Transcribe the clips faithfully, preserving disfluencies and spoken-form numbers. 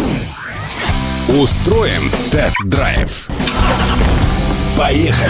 Устроим тест-драйв. Поехали!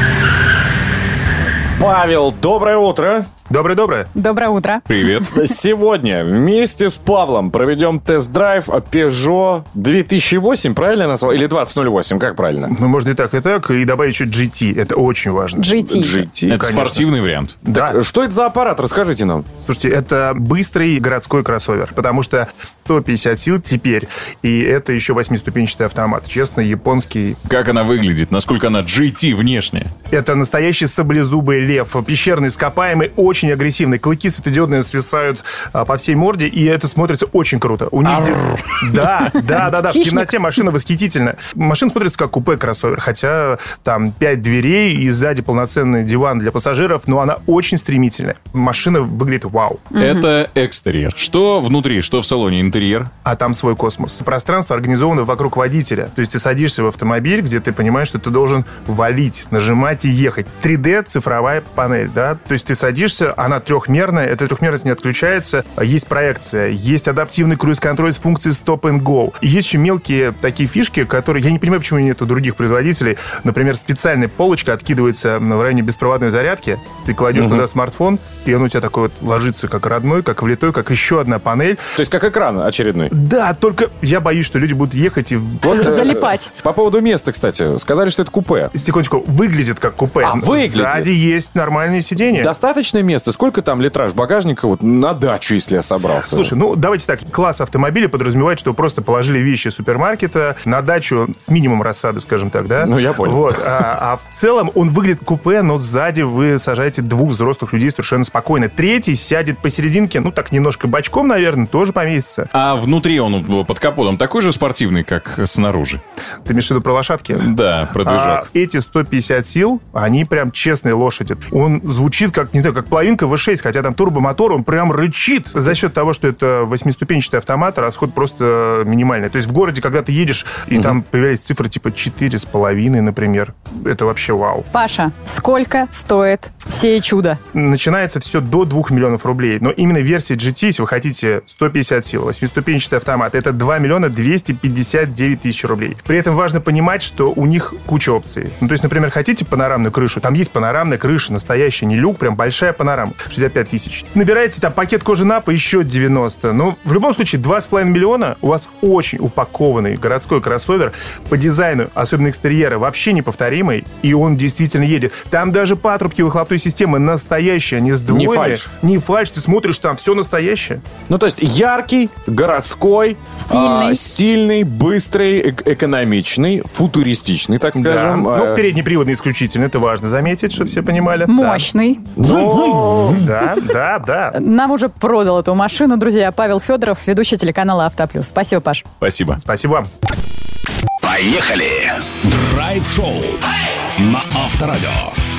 Павел, доброе утро. Доброе-доброе. Доброе утро. Привет. Сегодня вместе с Павлом проведем тест-драйв Peugeot две тысячи восемь, правильно я назвал? Или двадцать ноль восемь, как правильно? Ну, можно и так, и так, и добавить еще джи ти. Это очень важно. джи ти. джи ти, Это конечно. спортивный вариант. Да. Что это за аппарат? Расскажите нам. Слушайте, это быстрый городской кроссовер, потому что сто пятьдесят сил теперь, и это еще восьмиступенчатый автомат. Честно, японский. Как она выглядит? Насколько она джи ти внешне? Это настоящий саблезубый лев, пещерный, ископаемый, очень агрессивный. Клыки светодиодные свисают а, по всей морде, и это смотрится очень круто. У них без- Да, да, да, да. В Хищник. темноте машина восхитительна. Машина смотрится как купе-кроссовер, хотя там пять дверей и сзади полноценный диван для пассажиров, но она очень стремительная. Машина выглядит вау. Это экстерьер. Что внутри, что в салоне? Интерьер? А там свой космос. Пространство организовано вокруг водителя. То есть ты садишься в автомобиль, где ты понимаешь, что ты должен валить, нажимать и ехать. три дэ цифровая панель, да? То есть ты садишься, она трехмерная, эта трехмерность не отключается, есть проекция, есть адаптивный круиз-контроль с функцией Stop and Go. И есть еще мелкие такие фишки, которые, я не понимаю, почему нет у других производителей. Например, специальная полочка откидывается в районе беспроводной зарядки, ты кладешь туда смартфон, и он у тебя такой вот ложится как родной, как влитой, как еще одна панель. То есть как экран очередной. Да, только я боюсь, что люди будут ехать и... Вот, э, Залипать. По поводу места, кстати. Сказали, что это купе. Секундочку, выглядит как купе. А, выглядит? Сзади есть нормальные сиденья. Достаточное место? Сколько там литраж багажника вот на дачу, если я собрался? Слушай, ну давайте так, класс автомобиля подразумевает, что вы просто положили вещи из супермаркета на дачу с минимумом рассады, скажем так, да? Ну, я понял. Вот, а, а в целом он выглядит купе, но сзади вы сажаете двух взрослых людей совершенно спокойно. Третий сядет посерединке, ну так немножко бочком, наверное, тоже поместится. А внутри он под капотом такой же спортивный, как снаружи? Ты имеешь в виду про лошадки? Да, про движок. А эти сто пятьдесят сил, они прям честные лошади. Он звучит как, не знаю, как половинка вэ шесть, хотя там турбомотор, он прям рычит. За счет того, что это восьмиступенчатый автомат, расход просто минимальный. То есть в городе, когда ты едешь, и Угу. там появляется цифра типа четыре с половиной, например, это вообще вау. Паша, сколько стоит сие чудо? Начинается все до двух миллионов рублей. Но именно версия джи ти, если вы хотите сто пятьдесят сил, восьмиступенчатый автомат, это два миллиона двести пятьдесят девять тысяч рублей. При этом важно понимать, что у них куча опций. Ну, то есть, например, хотите панорамную крышу? Там есть панорамная крыша, настоящая, не люк, прям большая панорама, шестьдесят пять тысяч. Набираете там пакет кожи-напа, еще девяносто. Ну, в любом случае, два с половиной миллиона у вас очень упакованный городской кроссовер по дизайну, особенно экстерьера, вообще неповторимый, и он действительно едет. Там даже патрубки выхлопной системы настоящие, они сдвоенные. Не фальшь. Не фальшь, ты смотришь, там все настоящее. Ну, то есть яркий, городской, Стильный. а, стильный, быстрый, эк- экономичный, футуристичный, так скажем. Да. Ну, А, переднеприводный исключительно, это важно заметить, чтобы все понимали. Мощный. Ну, да, да, да. Нам уже продал эту машину, друзья. Павел Федоров, ведущий телеканала «Автоплюс». Спасибо, Паш. Спасибо. Спасибо вам. Поехали! Драйв-шоу на Авторадио.